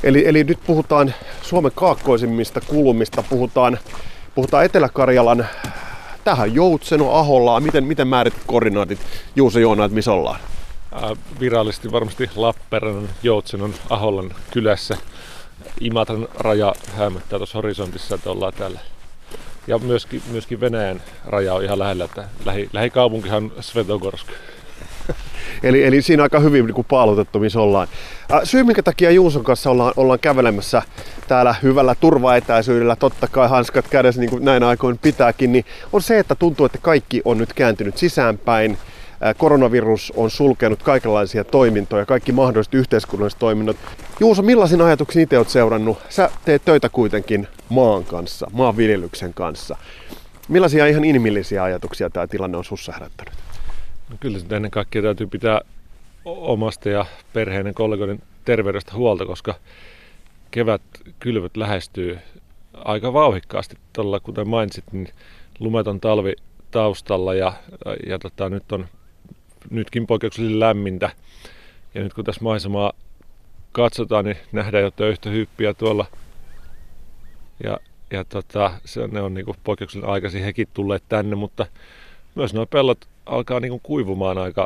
Eli nyt puhutaan Suomen kaakkoisimmista kulmista, puhutaan Etelä-Karjalan tähän Joutseno, Aholla. Miten määrit koordinaatit, Juuso Joona, että missä ollaan? Virallisesti varmasti Lappeenrannan, Joutsenon, Aholan kylässä. Imatran raja häämöttää tuossa horisontissa, että ollaan täällä. Ja myöskin Venäjän raja on ihan lähellä, että lähikaupunkihan on Svetogorsk. Eli siinä aika hyvin niin paalutettu, missä ollaan. Syy, minkä takia Juuson kanssa ollaan kävelemässä täällä hyvällä turvaetäisyydellä, totta kai hanskat kädessä, niin kuin näin aikoin pitääkin, niin on se, että tuntuu, että kaikki on nyt kääntynyt sisäänpäin. Koronavirus on sulkenut kaikenlaisia toimintoja, kaikki mahdolliset yhteiskunnalliset toiminnot. Juuso, millaisin ajatuksin itse olet seurannut? Sä teet töitä kuitenkin maan kanssa, maanviljelyksen kanssa. Millaisia ihan inhimillisiä ajatuksia tämä tilanne on sussa herättänyt? No kyllä se ennen kaikkea täytyy pitää omasta ja perheen kollegoiden terveydestä huolta, koska kevätkylvöt lähestyy aika vauhikkaasti. Tuolla, kuten mainitsit, niin lumeton talvi taustalla ja nyt on nytkin poikkeuksellisen lämmintä. Ja nyt kun tässä maisemaa katsotaan, niin nähdään jo töyhtöhyppiä tuolla. Ne on niin poikkeuksellisen aikaisin hekin tulleet tänne, mutta myös nuo pellot alkaa niin kuivumaan aika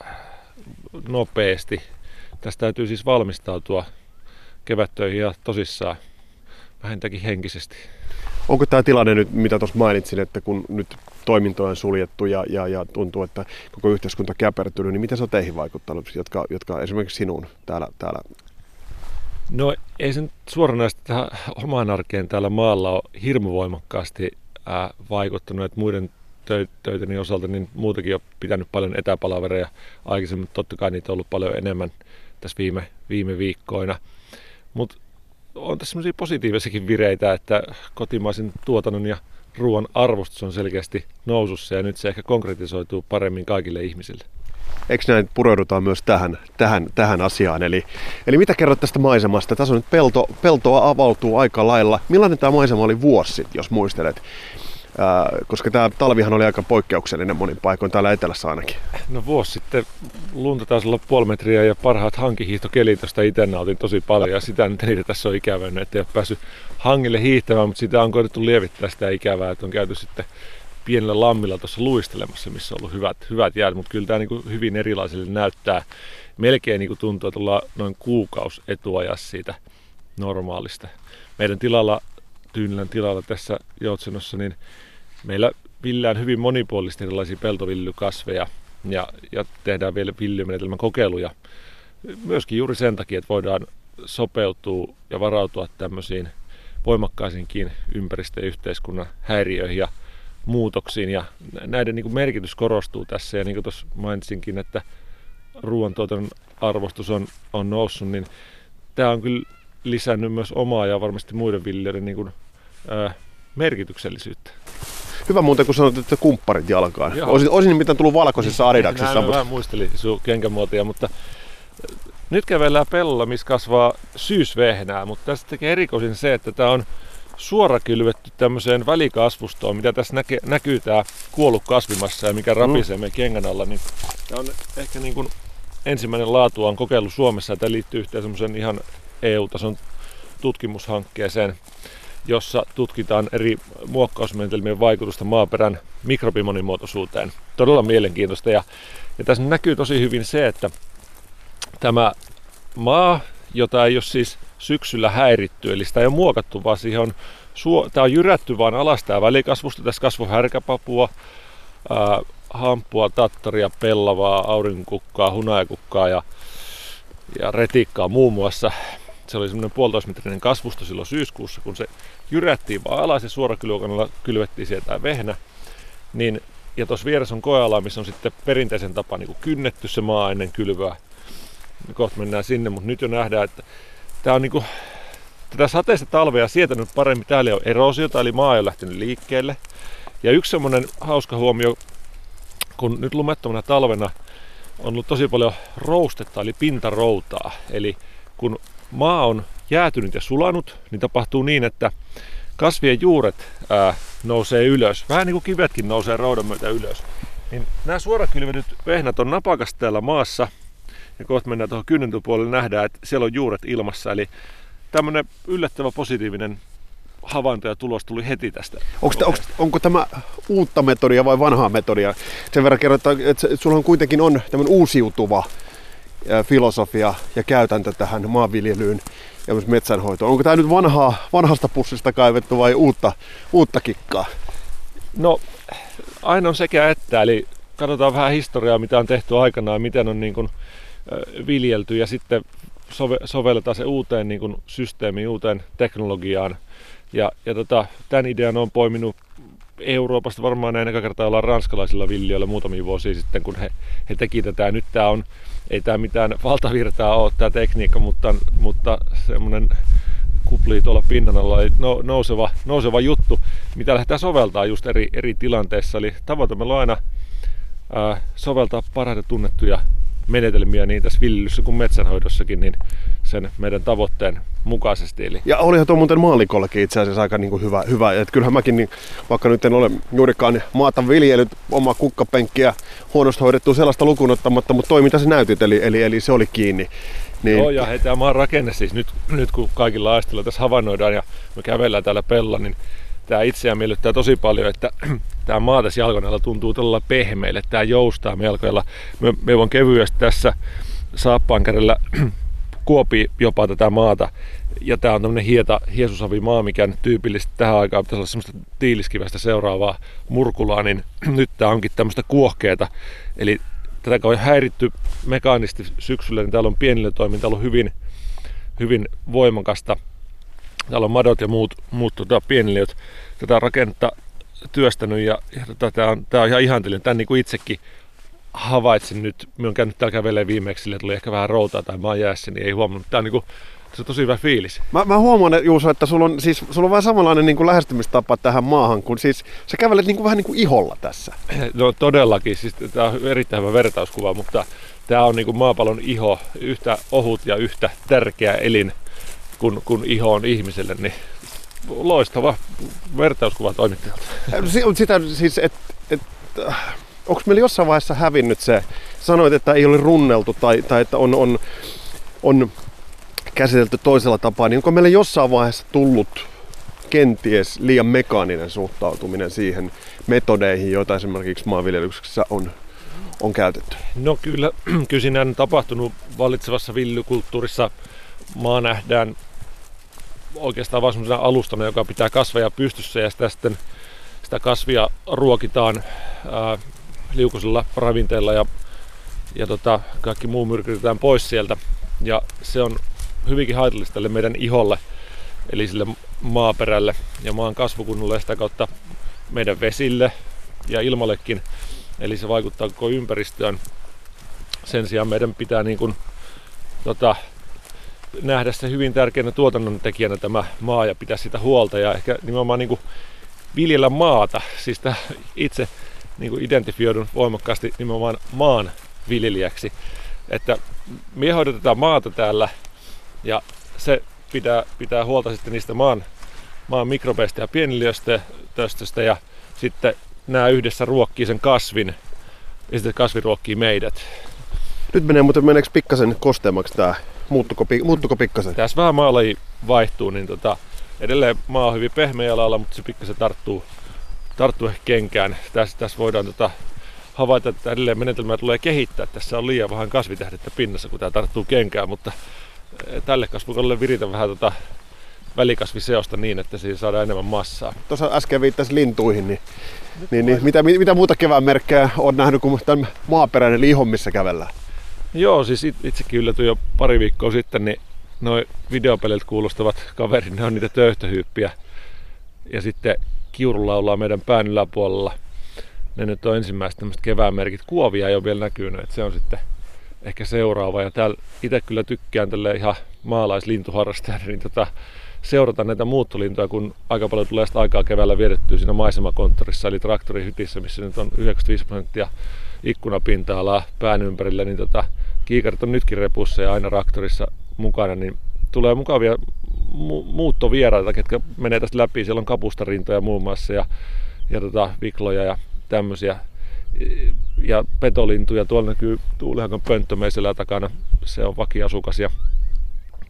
nopeasti. Tästä täytyy siis valmistautua kevättöihin ja tosissaan vähintäänkin henkisesti. Onko tämä tilanne nyt, mitä tuossa mainitsin, että kun nyt toimintoja on suljettu ja tuntuu, että koko yhteiskunta on käpertynyt, niin miten se on teihin vaikuttanut, jotka esimerkiksi sinun täällä? No ei sen suoranaisesti tähän omaan arkeen täällä maalla ole hirmu voimakkaasti vaikuttanut, että muiden töiteni osalta niin muutakin on pitänyt paljon etäpalavereja aikaisemmin, mutta totta kai niitä on ollut paljon enemmän tässä viime viikkoina. Mutta on tässä sellaisia positiivisiakin vireitä, että kotimaisen tuotannon ja ruoan arvostus on selkeästi nousussa ja nyt se ehkä konkretisoituu paremmin kaikille ihmisille. Eikö näin pureudutaan myös tähän asiaan? Eli mitä kerrot tästä maisemasta? Tässä on nyt peltoa avautuu aika lailla. Millainen tämä maisema oli vuosi sitten, jos muistelet? Koska tämä talvihan oli aika poikkeuksellinen monin paikoin täällä etelässä ainakin. No vuosi sitten lunta taisi olla 0,5 metriä ja parhaat hankihiihtokelit, josta itse nautin tosi paljon. Ja sitä nyt niitä tässä on ikävää, että ei ole päässyt hangille hiihtämään, mutta sitä on koetettu lievittää sitä ikävää, että on käyty sitten pienellä lammilla tuossa luistelemassa, missä on ollut hyvät jäät, mutta kyllä tämä niin hyvin erilaiselle näyttää. Melkein niin tuntuu, että ollaan noin kuukausi etuajassa siitä normaalista. Meidän Tyynylän tilalla tässä Joutsenossa, niin meillä villään hyvin monipuolisesti erilaisia peltoviljelykasveja ja tehdään vielä viljelymenetelmän kokeiluja. Myöskin juuri sen takia, että voidaan sopeutua ja varautua tämmöisiin voimakkaisiinkin ympäristö- ja yhteiskunnan häiriöihin ja muutoksiin. Ja näiden niin kuin merkitys korostuu tässä. Ja niin kuin tuossa mainitsinkin, että ruoantuotannon arvostus on noussut, niin tämä on kyllä lisännyt myös omaa ja varmasti muiden viljelijöiden niin kuin, merkityksellisyyttä. Hyvä muuten, kun sanoit, että kumpparit jalkaan. Olisin nimittäin tullut valkoisissa Adidaksissa. Mä vähän muistelin sun kenkämuotia, mutta nyt kävellään pellolla, missä kasvaa syysvehnää, mutta tässä tekee erikoisin se, että tämä on suorakylvetty tämmöiseen välikasvustoon, mitä tässä näkyy tämä kuollut kasvimassa ja mikä rapisee meidän kengän alla. Niin tämä on ehkä niin kuin ensimmäinen laatuaan kokeilu Suomessa, ja tämä liittyy yhteen semmoisen ihan EU-tason tutkimushankkeeseen, jossa tutkitaan eri muokkausmenetelmien vaikutusta maaperän mikrobimonimuotoisuuteen. Todella mielenkiintoista. Ja tässä näkyy tosi hyvin se, että tämä maa, jota ei ole siis syksyllä häiritty, eli sitä ei ole muokattu, vaan siihen on, tämä on jyrätty vaan alas tämä välikasvusto. Tässä kasvoi härkäpapua, hamppua, tattaria, pellavaa, aurinkukkaa, hunajakukkaa ja retikkaa muun muassa. Se oli semmoinen 1,5-metrinen kasvusto silloin syyskuussa, kun se jyrättiin vaan alas ja suorakylvökoneella kylvettiin sieltä vehnä. Niin, ja tuossa vieressä on koeala, missä on sitten perinteisen tapaan niin kynnetty se maa ennen kylvöä. Kohta mennään sinne, mutta nyt jo nähdään, että tämä on niin kuin, tätä sateista talvea sietänyt paremmin. Täällä on eroosiota, eli maa ei ole lähtenyt liikkeelle. Ja yksi semmoinen hauska huomio, kun nyt lumettomana talvena on ollut tosi paljon roustetta, eli pintaroutaa. Eli kun maa on jäätynyt ja sulanut, niin tapahtuu niin, että kasvien juuret nousee ylös. Vähän niin kuin kivetkin nousee raudan myötä ylös. Niin nämä suorakylvetyt vehnät on napakas täällä maassa. Ja kohta mennään tuohon kynnentöpuolelle, nähdään, että siellä on juuret ilmassa. Eli tämmöinen yllättävä positiivinen havainto ja tulos tuli heti tästä. Onko tämä uutta metodia vai vanhaa metodia? Sen verran kerroin, että sulla on kuitenkin tämmöinen uusiutuva filosofia ja käytäntö tähän maanviljelyyn ja myös metsänhoitoon. Onko tämä nyt vanhasta pussista kaivettu vai uutta kikkaa? No, aina on sekä että, eli katsotaan vähän historiaa, mitä on tehty aikanaan, miten on niin kuin viljelty ja sitten sovelletaan se uuteen niin kuin systeemiin, uuteen teknologiaan. Ja tämän idean on poiminut Euroopasta, varmaan näin eka kertaa ollaan ranskalaisilla viljelijöillä muutamia vuosia sitten, kun he teki tätä. Nyt ei tämä mitään valtavirtaa ole tämä tekniikka, mutta semmoinen kuplii tuolla pinnan alla, eli nouseva juttu, mitä lähdetään soveltaa just eri tilanteissa. Eli tavoitamme on aina soveltaa parhaiten tunnettuja menetelmiä niin tässä viljelyssä kuin metsänhoidossakin, niin sen meidän tavoitteen mukaisesti. Eli. Ja olihan tuo muuten maalikollakin itse asiassa aika niin kuin hyvä. Et kyllähän mäkin, niin, vaikka nyt en ole juurikaan maata viljellyt, omaa kukkapenkkiä huonosti hoidettua sellaista lukuun ottamatta, mutta toi mitä sä näytit, eli se oli kiinni. Niin. Joo, ja tämä maan rakenne siis, nyt kun kaikilla aistilla tässä havainnoidaan ja me kävellään täällä pellolla, niin tämä itseään miellyttää tosi paljon, että tämä maa tässä jalkojen alla tuntuu todella pehmeille, tämä joustaa melkoilla. Me voin kevyesti tässä saappaankädellä kuopii jopa tätä maata. Ja tämä on tämmöinen hiesusavimaa, mikä nyt tyypillisesti tähän aikaan pitäisi olla semmoista tiiliskivästä seuraavaa murkulaa, niin nyt tämä onkin tämmöistä kuohkeeta. Eli tätä kun on häiritty mekaanisesti syksyllä, niin täällä on pienillä toimin, täällä on hyvin voimakasta. Täällä on madot ja muut pieniliöt tätä rakennetta työstänyt ja tämä on ihan ihanteellinen. Tämän niin kuin itsekin havaitsin nyt, minä olen käynyt täällä kävelemään viimeksi, sille tuli ehkä vähän routaa tai maan jäässä, niin ei huomannut. Tämä on, niin kuin, se on tosi hyvä fiilis. Mä huomaan, Juuso, että sulla on vähän samanlainen niin kuin lähestymistapa tähän maahan, kun siis sä kävelet niin kuin, vähän niin kuin iholla tässä. No todellakin, siis tämä on erittäin hyvä vertauskuva, mutta tämä on niin kuin maapallon iho, yhtä ohut ja yhtä tärkeä elin kun iho on ihmiselle, niin loistava vertauskuva toimittajalta. Sitä siis, onko meillä jossain vaiheessa hävinnyt se, sanoit, että ei ole runneltu tai että on käsitelty toisella tapaa, niin onko meillä jossain vaiheessa tullut kenties liian mekaaninen suhtautuminen siihen metodeihin, joita esimerkiksi maanviljelyksessä on käytetty? No kyllä siinä on tapahtunut vallitsevassa viljelykulttuurissa. Maa nähdään oikeastaan vain sellaisena alustana, joka pitää kasveja pystyssä ja sitä kasvia ruokitaan liukoisilla ravinteilla ja kaikki muu myrkytetään pois sieltä. Ja se on hyvinkin haitallista tälle meidän iholle, eli sille maaperälle ja maan kasvukunnolle ja sitä kautta meidän vesille ja ilmallekin. Eli se vaikuttaa koko ympäristöön. Sen sijaan meidän pitää niin kuin, nähdä se hyvin tärkeänä tuotannon tekijänä tämä maa ja pitää sitä huolta ja ehkä nimenomaan niin kuin viljellä maata. Siis itse niin kuin identifioidun voimakkaasti nimenomaan maan viljelijäksi. Että me hoidetaan maata täällä ja se pitää huolta sitten niistä maan mikrobeista ja pieniliöstöstä ja sitten nämä yhdessä ruokkii sen kasvin ja sitten kasvi ruokkii meidät. Nyt meneekö pikkasen kosteammaksi tämä? Muuttuko pikkasen? Tässä vähän maalaji vaihtuu, niin edelleen maa on hyvin pehmeä alalla, mutta se pikkasen tarttuu ehkä kenkään. Tässä voidaan havaita, että edelleen menetelmää tulee kehittää. Tässä on liian vähän kasvitähdettä pinnassa, kun tämä tarttuu kenkään, mutta tälle kasvukaudelle viritän vähän välikasviseosta niin, että siihen saadaan enemmän massaa. Tuossa äsken viittasin lintuihin, niin mitä muuta kevään merkkejä on nähnyt kuin tämän maaperäinen liho, missä kävellään? Joo, siis itsekin yllätyin jo pari viikkoa sitten, niin noi videopeleiltä kuulostavat kaverit, ne on niitä töyhtöhyyppiä. Ja sitten kiuru laulaa meidän pään yläpuolella. Ne nyt on ensimmäiset tämmöiset kevään merkit. Kuovia ei ole vielä näkynyt, että se on sitten ehkä seuraava. Ja täällä itse kyllä tykkään tälle ihan maalaislintuharrastajana, niin seurata näitä muuttolintuja, kun aika paljon tulee sitä aikaa keväällä vietettyä siinä maisemakonttorissa, eli traktorihytissä, missä nyt on 95% ikkunapinta-alaa pään ympärillä, niin kiikarit on nytkin repussa ja aina traktorissa mukana, niin tulee mukavia muuttovieraita, ketkä menee tästä läpi. Siellä on kapustarintoja muun muassa ja vikloja ja tämmöisiä. Ja petolintuja, tuolla näkyy tuulihakan pönttömeisellä takana, se on vakiasukas. Ja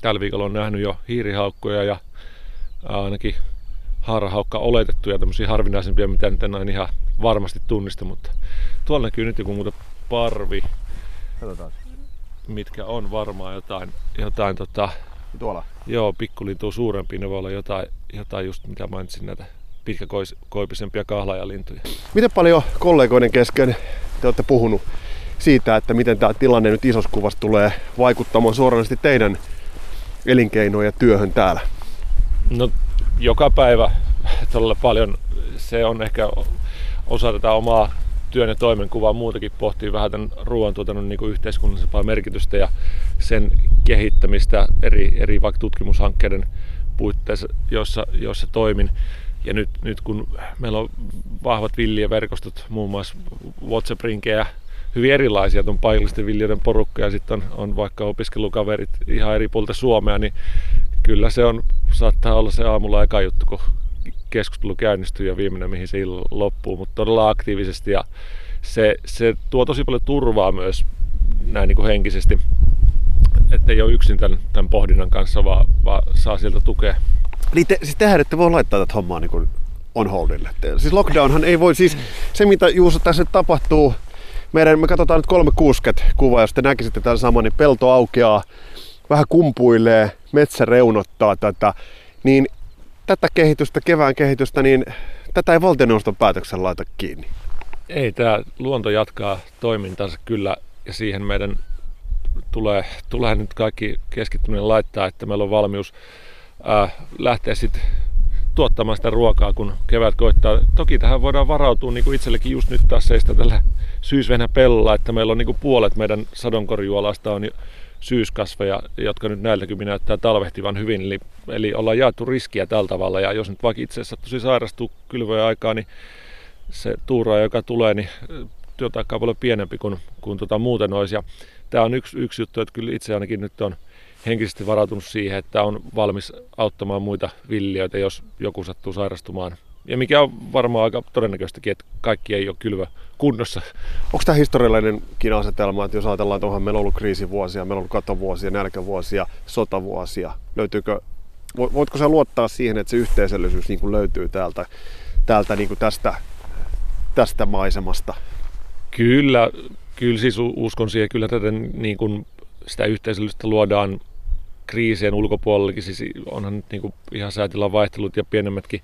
tällä viikolla on nähnyt jo hiirihaukkoja ja ainakin haarahaukka oletettuja, tämmöisiä harvinaisempia, mitä nyt en ihan varmasti tunnista, mutta tuolla näkyy nyt joku muuta parvi. Katsotaan. Mitkä on varmaan jotain Tuolla? Joo, pikkulintua suurempia, ne voi olla jotain just mitä mainitsin, näitä pitkäkoipisempia kahlaajalintuja. Miten paljon kollegoiden kesken te olette puhunut siitä, että miten tämä tilanne nyt isossa kuvassa tulee vaikuttamaan suoranaisesti teidän elinkeinoon ja työhön täällä? No joka päivä todella paljon. Se on ehkä osa tätä omaa työn ja toimenkuvaa muutakin, pohtii vähän tämän ruoantuotannon niin kuin yhteiskunnallisempaa merkitystä ja sen kehittämistä eri vaikka tutkimushankkeiden puitteissa, joissa toimin. Ja nyt kun meillä on vahvat villieverkostot, muun muassa WhatsApp-rinkejä, hyvin erilaisia tuon paikallisten viljelijöiden porukka ja sitten on vaikka opiskelukaverit ihan eri puolta Suomea, niin kyllä se saattaa olla se aamulla eka juttu, kun keskustelu käynnistyy ja viimeinen mihin se illalla loppuu, mutta todella aktiivisesti ja se tuo tosi paljon turvaa myös näin niin kuin henkisesti, ettei ole yksin tämän pohdinnan kanssa, vaan saa sieltä tukea. Niin siis tehän ette voi laittaa tätä hommaa niin kuin on holdille. Siis lockdownhan ei voi, siis se mitä Juuso tässä tapahtuu, me katsotaan nyt 360 kuvaa, jos te näkisitte tämän saman, niin pelto aukeaa, vähän kumpuilee, metsä reunottaa tätä, niin tätä kehitystä, kevään kehitystä, niin tätä ei valtioneuvoston päätöksellä laita kiinni. Ei, tämä luonto jatkaa toimintansa kyllä ja siihen meidän tulee nyt kaikki keskittyminen laittaa, että meillä on valmius lähteä sitten tuottamaan sitä ruokaa, kun kevät koittaa. Toki tähän voidaan varautua niin kuin itsellekin just nyt taas seistä tällä syysvehnäpellolla, että meillä on niin kuin puolet meidän sadonkorjualasta on syyskasveja, jotka nyt näiltäkin näyttää talvehtivan hyvin. Eli ollaan jaettu riskiä tällä tavalla ja jos nyt vaikka itse sattuisi sairastua kylvöjen aikaa, niin se tuura, joka tulee, niin työtaakka on paljon pienempi kuin muuten olisi. Ja tämä on yksi juttu, että kyllä itse ainakin nyt on henkisesti varautunut siihen, että on valmis auttamaan muita viljelijöitä, jos joku sattuu sairastumaan. Ja mikä on varmaan aika todennäköistäkin, että kaikki ei ole kylvä kunnossa. Onko tämä historiallinenkin asetelma, että jos ajatellaan, että meillä on ollut kriisivuosia, meillä on ollut katovuosia, nälkävuosia, sotavuosia, voitko sä luottaa siihen, että se yhteisöllisyys niin kuin löytyy täältä niin kuin tästä maisemasta? Kyllä siis uskon siihen, kyllä tätä niin kuin sitä yhteisöllisyyttä luodaan kriisien ulkopuolellakin, siis onhan nyt niin kuin ihan säätilan vaihtelut ja pienemmätkin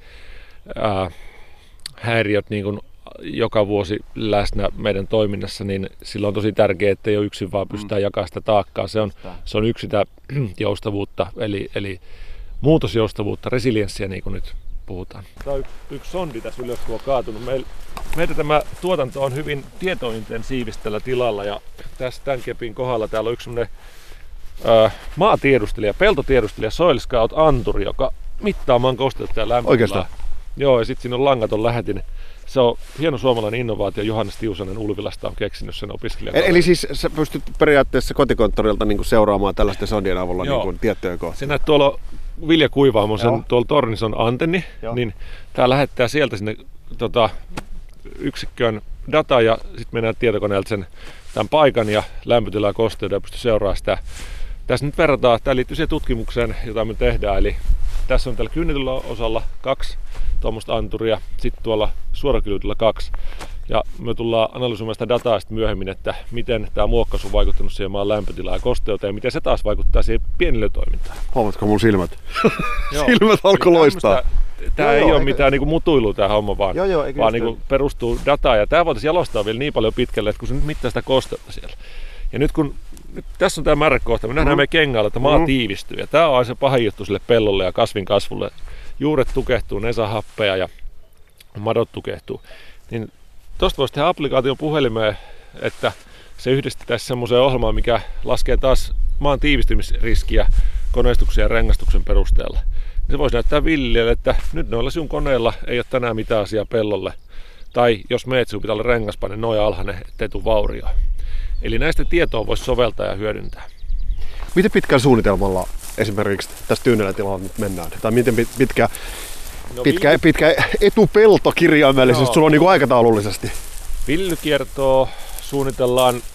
häiriöt niin kuin joka vuosi läsnä meidän toiminnassa, niin silloin on tosi tärkeää, että ei ole yksin vaan pystytään jakamaan sitä taakkaa. Se on yksi sitä joustavuutta, eli muutosjoustavuutta, resilienssiä niin kuin nyt puhutaan. Tämä on yksi sondi tässä ylös, kun on kaatunut. Meidän tämä tuotanto on hyvin tietointensiivistä tällä tilalla ja tässä tämän kepin kohdalla täällä on yksi semmoinen maatiedustelija, peltotiedustelija Soil Scout Anturi, joka mittaa maan kosteutta ja lämpötilaa. Oikeastaan? Joo, ja sitten siinä on langaton lähetin. Se on hieno suomalainen innovaatio. Johannes Tiusanen Ulvilasta on keksinyt sen opiskelijan. Eli siis sä pystyt periaatteessa kotikonttorilta niin kuin seuraamaan tällaisten sondien avulla niin kuin tiettyjä kohtia? Se näet tuolla viljakuivaamon, tuolla tornissa on antenni, niin tää lähettää sieltä sinne yksikköön dataa ja sitten mennään tietokoneelta tämän paikan ja lämpötilaa ja kosteutta ja pystyy seuraamaan sitä. Tässä nyt verrataan, tämä liittyy siihen tutkimukseen, jota me tehdään, eli tässä on tällä kynnetyllä osalla 2 tuommoista anturia, sitten tuolla suorakylvytyllä 2. Ja me tullaan analysoimaan sitä dataa sitten myöhemmin, että miten tämä muokkaisu on vaikuttanut siihen maan lämpötilaan ja kosteuteen ja miten se taas vaikuttaa siihen pienilötoimintaan. Huomatko mun silmät? Silmät alkoi loistaa. Tämä ei ole mitään niinku mutuilua tämä homma, vaan niinku perustuu dataan ja tämä voitaisiin jalostaa vielä niin paljon pitkälle, että kun se nyt mittaa sitä kosteutta siellä. Ja nyt tässä on tämä märkäkohta, me nähdään meidän kengällä, että maa tiivistyy ja tämä on se pahin juttu sille pellolle ja kasvin kasvulle. Juuret tukehtuu, ne saa happea ja madot tukehtuu. Niin tuosta voisi tehdä applikaation puhelimeen, että se yhdistetään semmoiseen ohjelmaan, mikä laskee taas maan tiivistymisriskiä koneistuksen ja rengastuksen perusteella. Se voisi näyttää viljelijälle, että nyt noilla sinun koneilla ei ole tänään mitään asiaa pellolle. Tai jos meet, sinun pitää olla rengaspaine noin alhainen, ettei tule vaurioa. Eli näistä tietoa voisi soveltaa ja hyödyntää. Miten pitkällä suunnitelmalla esimerkiksi tässä Tyynelä-tilalla nyt mennään? Tai miten pitkä etupelto kirjaimellisesti sulla on niin kuin aikataulullisesti? Viljelykiertoa suunnitellaan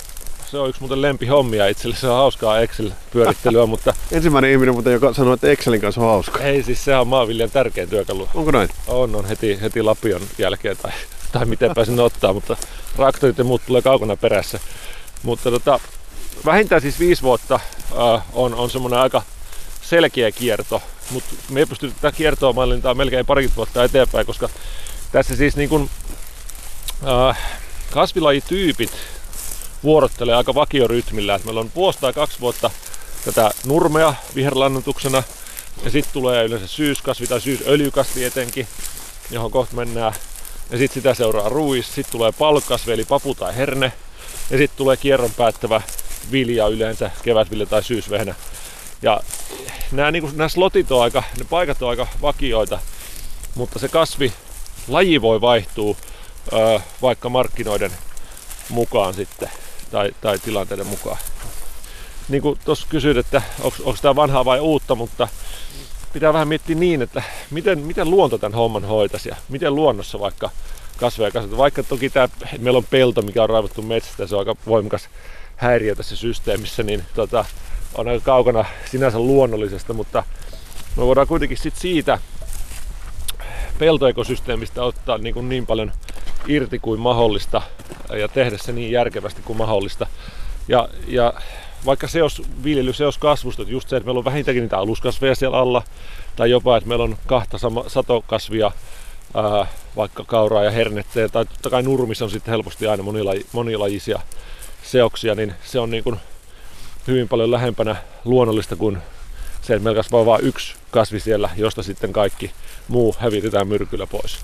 se on yksi muuten lempihommia itselle, se on hauskaa Excel-pyörittelyä, mutta... Ensimmäinen ihminen, mutta joka sanoo, että Excelin kanssa on hauska. Ei, siis sehän on maanviljan tärkein työkalu. Onko näin? On heti Lapion jälkeen tai miten pääsen ottaa, mutta traktorit ja muut tulee kaukana perässä. Mutta vähintään siis 5 vuotta on semmoinen aika selkeä kierto, mutta me ei pystytä tätä kiertoa mallintaa melkein parikymmentä vuotta eteenpäin, koska tässä siis niin kuin, kasvilajityypit vuorottelee aika vakiorytmillä. Meillä on vuosi tai 2 vuotta tätä nurmea viherlannoituksena ja sitten tulee yleensä syyskasvi tai syysöljykasvi etenkin, johon kohta mennään. Ja sitten sitä seuraa ruis, sitten tulee palkasvi eli papu tai herne ja sitten tulee kierron päättävä vilja yleensä, kevätvilja tai syysvehnä. Ja nämä slotit on ne paikat on aika vakioita, mutta se kasvilaji voi vaihtua vaikka markkinoiden mukaan sitten tai tilanteiden mukaan. Niin kuin tuossa kysyit, että onko tämä vanhaa vai uutta, mutta pitää vähän miettiä niin, että miten luonto tämän homman hoitaisi ja miten luonnossa vaikka kasveja kasvatetaan. Vaikka toki meillä on pelto, mikä on raivattu metsästä ja se on aika voimakas häiriö tässä systeemissä, niin on aika kaukana sinänsä luonnollisesta, mutta me voidaan kuitenkin siitä peltoekosysteemistä ottaa niin paljon irti kuin mahdollista ja tehdä se niin järkevästi kuin mahdollista. Ja vaikka viljely olisi kasvusta, just se, että meillä on vähintäänkin niitä aluskasveja siellä alla, tai jopa, että meillä on 2 satokasvia, vaikka kauraa ja hernettä, tai totta kai nurmissa on sitten helposti aina monilajisia seoksia, niin se on niin kuin hyvin paljon lähempänä luonnollista kuin se, että meillä kasvaa vain 1 kasvi siellä, josta sitten kaikki muu hävitetään myrkyllä pois.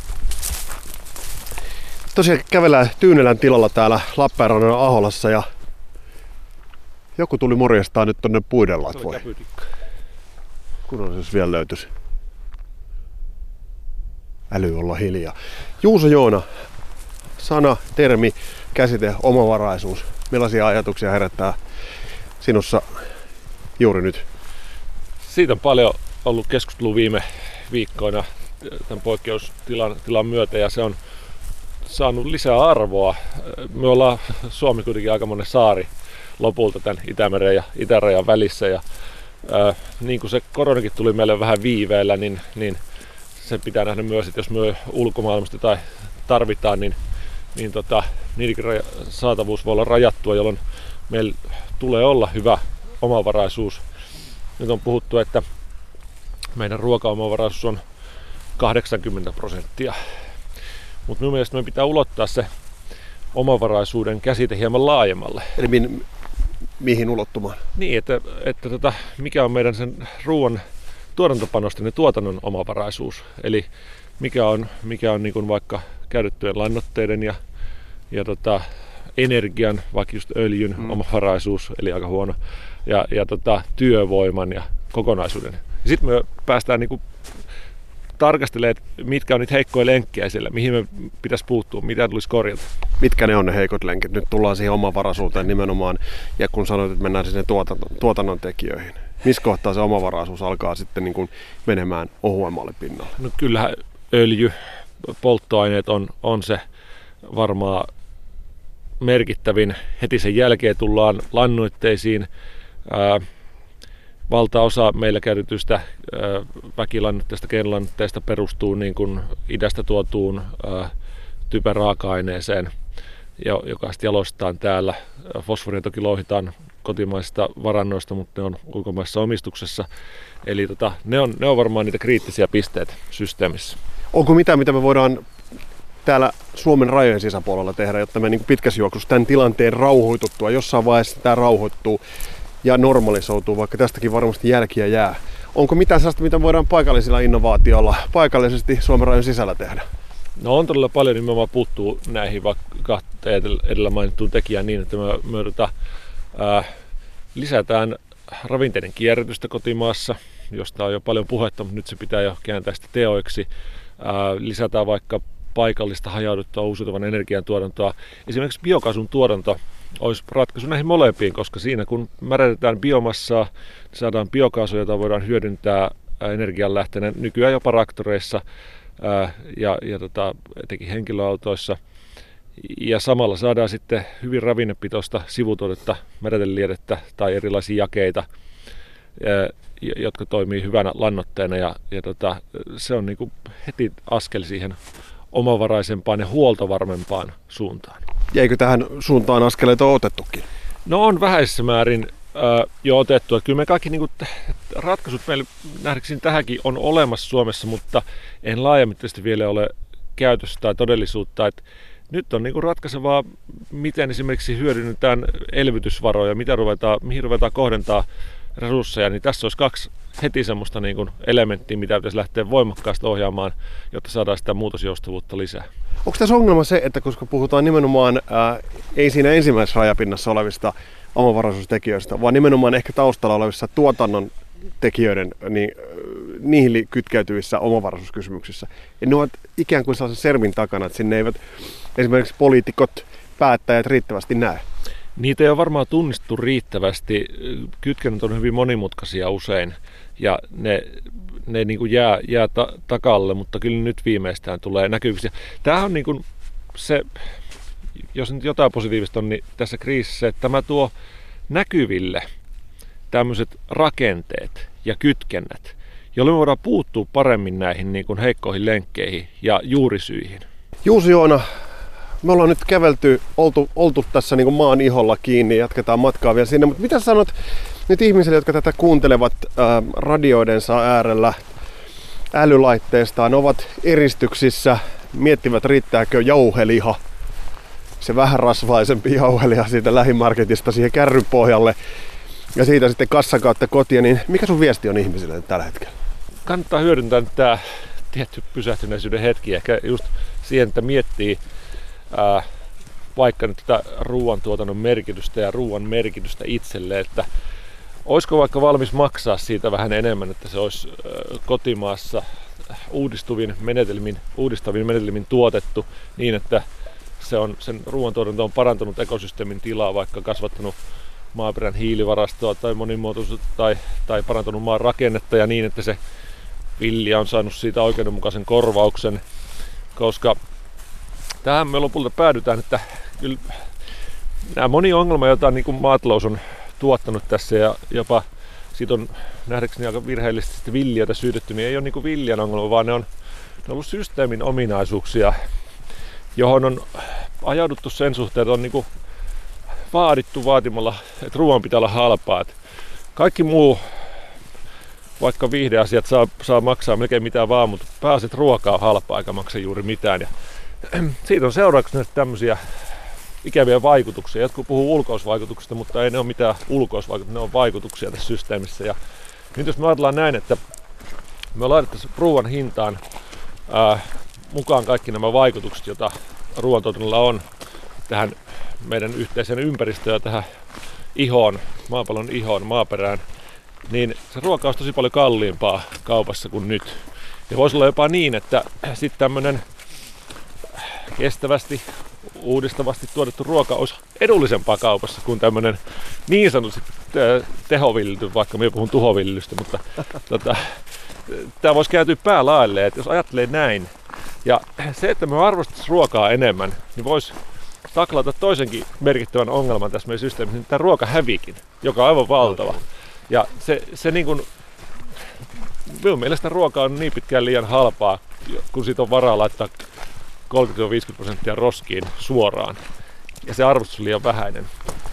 Tosiaan kävellään Tyynelän tilalla täällä Lappeenrannan Aholassa ja joku tuli morjestaan nyt tonne puiden latvoihin. Kunnon jos vielä löytyisi. Äly olla hiljaa. Juuso Joona, sana, termi, käsite, omavaraisuus. Millaisia ajatuksia herättää sinussa juuri nyt? Siitä on paljon ollut keskustelua viime viikkoina tämän poikkeustilan myötä ja se on saanut lisää arvoa. Me ollaan Suomi kuitenkin aika monen saari lopulta tämän Itämeren ja itärajan välissä ja niin kuin se koronakin tuli meille vähän viiveellä, niin se pitää nähdä myös, että jos me ulkomaailmasta tai tarvitaan, niin niidenkin saatavuus voi olla rajattua, jolloin meillä tulee olla hyvä omavaraisuus. Nyt on puhuttu, että meidän ruokaomavaraisuus on 80%. Mutta minun mielestä meidän pitää ulottaa se omavaraisuuden käsite hieman laajemmalle. Eli mihin ulottumaan? Niin, että mikä on meidän sen ruoan tuotantopanosten ja tuotannon omavaraisuus. Eli mikä on niin kuin vaikka käytettyjen lannoitteiden ja energian, vaikka just öljyn omavaraisuus, eli aika huono, ja työvoiman ja kokonaisuuden. Sitten me päästään niin kuin tarkastelemaan, mitkä on niitä heikkoja lenkkejä siellä, mihin me pitäisi puuttua, mitä tulisi korjata. Mitkä ne on ne heikot lenkit? Nyt tullaan siihen omavaraisuuteen nimenomaan, ja kun sanoit, että mennään sinne tuotannon tekijöihin. Missä kohtaa se omavaraisuus alkaa sitten niin kuin menemään ohuemmalle pinnalle? No kyllähän öljy, polttoaineet on se varmaan merkittävin. Heti sen jälkeen tullaan lannoitteisiin. Valtaosa meillä käytetyistä väkilannoitteista, keinlannoitteista perustuu niin kuin idästä tuotuun typeraaka-aineeseen, joka sitten jalostetaan täällä. Fosforia toki louhitaan kotimaisista varannoista, mutta ne on ulkomaisessa omistuksessa. Eli ne on varmaan niitä kriittisiä pisteitä systeemissä. Onko mitään, mitä me voidaan täällä Suomen rajojen sisäpuolella tehdä, jotta me niin pitkässä juoksussa tämän tilanteen rauhoituttua, jossain vaiheessa tämä rauhoittuu ja normalisoituu, vaikka tästäkin varmasti jälkiä jää. Onko mitään sellaista, mitä voidaan paikallisilla innovaatioilla paikallisesti Suomen rajojen sisällä tehdä? No on todella paljon nimenomaan puuttuu näihin kahteen edellä mainittuun tekijään niin, että me lisätään ravinteiden kierrätystä kotimaassa, josta on jo paljon puhetta, mutta nyt se pitää jo kääntää sitä teoiksi. Lisätään vaikka paikallista hajauduttua uusiutuvan energian tuotantoa. Esimerkiksi biokaasun tuotanto olisi ratkaisu näihin molempiin, koska siinä kun märätetään biomassaa, niin saadaan biokaasua, jota voidaan hyödyntää energianlähteenä nykyään jopa traktoreissa ja etenkin henkilöautoissa. Ja samalla saadaan sitten hyvin ravinnepitoista sivutuotetta, mädäteliedettä tai erilaisia jakeita, jotka toimii hyvänä lannoitteena. Ja se on niin kuin heti askel siihen omavaraisempaan ja huoltovarmempaan suuntaan. Ja eikö tähän suuntaan askeleita ole otettukin? No on vähäisessä määrin jo otettu. Että kyllä me kaikki niin kuin, ratkaisut meillä nähdäkseni tähänkin on olemassa Suomessa, mutta en laajamittaisesti vielä ole käytössä tai todellisuutta. Että nyt on niin kuin ratkaisevaa, miten esimerkiksi hyödynnetään elvytysvaroja, mihin ruvetaan kohdentaa resursseja, niin tässä olisi kaksi heti semmoista niin kuin elementtiä, mitä pitäisi lähteä voimakkaasti ohjaamaan, jotta saadaan sitä muutosjoustavuutta lisää. Onko tässä ongelma se, että koska puhutaan nimenomaan ei siinä ensimmäisessä rajapinnassa olevista omavaraisuustekijöistä, vaan nimenomaan ehkä taustalla olevissa tuotannon tekijöiden, niin niihin kytkeytyvissä omavaraisuuskysymyksissä. Ja ne ovat ikään kuin sellaisen sermin takana, että sinne eivät esimerkiksi poliitikot, päättäjät riittävästi näe. Niitä ei ole varmaan tunnistettu riittävästi. Kytkennät on hyvin monimutkaisia usein ja ne niin kuin jää takalle, mutta kyllä nyt viimeistään tulee näkyviksi. Tämähän on niin kuin se, jos nyt jotain positiivista on, niin tässä kriisissä, että tämä tuo näkyville tämmöiset rakenteet ja kytkennät, jolloin me voidaan puuttua paremmin näihin niin kuin heikkoihin lenkkeihin ja juurisyihin. Juuso Joona, me ollaan nyt kävelty, oltu tässä niin kuin maan iholla kiinni, jatketaan matkaa vielä sinne, mutta mitä sanot nyt ihmisille, jotka tätä kuuntelevat radioidensa äärellä älylaitteestaan, ovat eristyksissä, miettivät riittääkö jauheliha, se vähän rasvaisempi jauheliha siitä lähimarketista siihen kärryn pohjalle ja siitä sitten kassan kautta kotiin, niin mikä sun viesti on ihmisille tällä hetkellä? Kannattaa hyödyntää tämä tietty pysähtyneisyyden hetki, ehkä just siihen, että miettii vaikka nyt tätä ruoantuotannon merkitystä ja ruoan merkitystä itselle, että olisiko vaikka valmis maksaa siitä vähän enemmän, että se olisi kotimaassa uudistavin menetelmin tuotettu niin, että sen ruoantuotanto on parantanut ekosysteemin tilaa, vaikka kasvattanut maaperän hiilivarastoa tai monimuotoisuutta tai parantanut maan rakennetta ja niin, että se vilja on saanut siitä oikeudenmukaisen korvauksen, koska tähän me lopulta päädytään, että kyllä nämä moni ongelma, joita niin kuin maatalous on tuottanut tässä ja jopa siitä on nähdäkseni aika virheellisesti viljelijöitä syytetty, niin ei ole niin kuin viljan ongelma, vaan ne on ollut systeemin ominaisuuksia, johon on ajauduttu sen suhteen, että on niin kuin vaadittu vaatimalla, että ruoan pitää olla halpaa. Että kaikki muu, vaikka viihdeasiat saa maksaa melkein mitään vaan, mutta pääasia, että ruoka on halpaa eikä maksa juuri mitään. Ja siitä on seurauksena tämmöisiä ikäviä vaikutuksia. Jotkut puhuu ulkoisvaikutuksista, mutta ei ne ole mitään ulkoisvaikutuksia, ne on vaikutuksia tässä systeemissä. Ja nyt jos me ajatellaan näin, että me laitettaisiin ruoan hintaan mukaan kaikki nämä vaikutukset, joita ruoantuotannolla on tähän meidän yhteiseen ympäristöön ja tähän ihoon, maapallon ihoon, maaperään, niin se ruoka olisi tosi paljon kalliimpaa kaupassa kuin nyt. Ja voisi olla jopa niin, että sitten tämmöinen kestävästi, uudistavasti tuotettu ruoka olisi edullisempaa kaupassa kuin tämmöinen niin sanotusti tehoviljely, vaikka minä puhun tuhoviljelystä, mutta tämä voisi kääntyä päälaelleen, että jos ajattelee näin, ja se, että me arvostaisiin ruokaa enemmän, niin voisi taklata toisenkin merkittävän ongelman tässä meidän systeemissä, niin tämä ruokahävikin, joka on aivan valtava. Ja se niin kuin, minun mielestä ruoka on niin pitkään liian halpaa, kun siitä on varaa laittaa 30-50% roskiin suoraan. Ja se arvostus on liian vähäinen.